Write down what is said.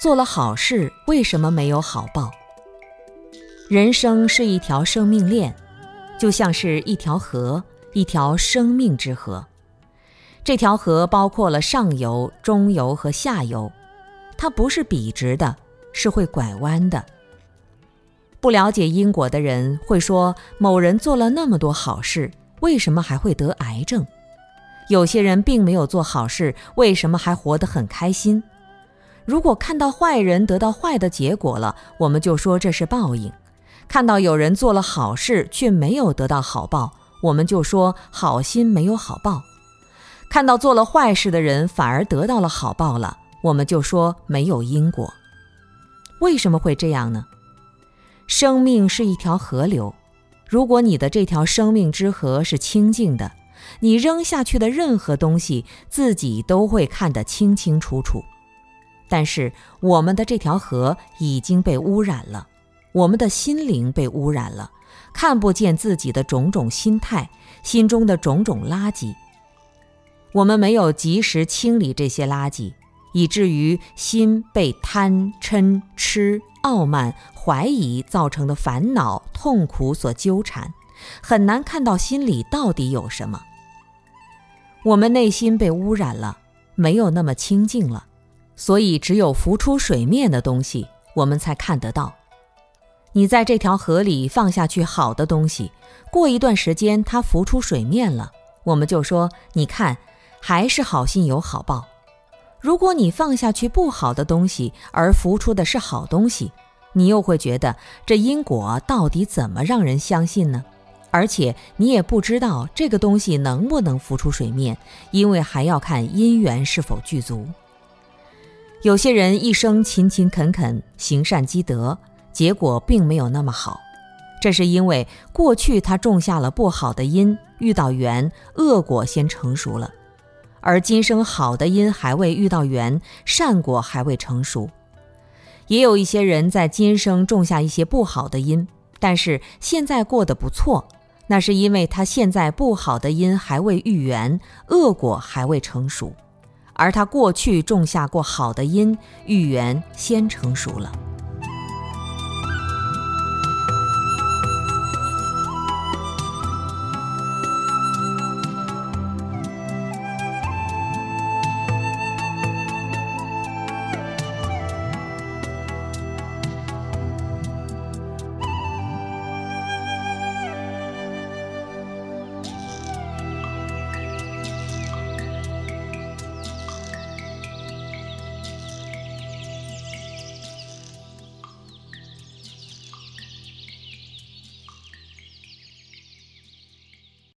做了好事为什么没有好报？人生是一条生命链，就像是一条河，一条生命之河。这条河包括了上游、中游和下游，它不是笔直的，是会拐弯的。不了解因果的人会说，某人做了那么多好事，为什么还会得癌症？有些人并没有做好事，为什么还活得很开心？如果看到坏人得到坏的结果了，我们就说这是报应；看到有人做了好事却没有得到好报，我们就说好心没有好报；看到做了坏事的人反而得到了好报了，我们就说没有因果。为什么会这样呢？生命是一条河流，如果你的这条生命之河是清净的，你扔下去的任何东西自己都会看得清清楚楚。但是我们的这条河已经被污染了，我们的心灵被污染了，看不见自己的种种心态，心中的种种垃圾。我们没有及时清理这些垃圾，以至于心被贪、嗔、痴、傲慢、怀疑造成的烦恼、痛苦所纠缠，很难看到心里到底有什么。我们内心被污染了，没有那么清净了，所以只有浮出水面的东西我们才看得到。你在这条河里放下去好的东西，过一段时间它浮出水面了，我们就说你看，还是好心有好报。如果你放下去不好的东西，而浮出的是好东西，你又会觉得这因果到底怎么让人相信呢？而且你也不知道这个东西能不能浮出水面，因为还要看因缘是否具足。有些人一生勤勤恳恳，行善积德，结果并没有那么好，这是因为过去他种下了不好的因，遇到缘，恶果先成熟了，而今生好的因还未遇到缘，善果还未成熟。也有一些人在今生种下一些不好的因，但是现在过得不错，那是因为他现在不好的因还未遇缘，恶果还未成熟，而他过去种下过好的因，遇缘先成熟了。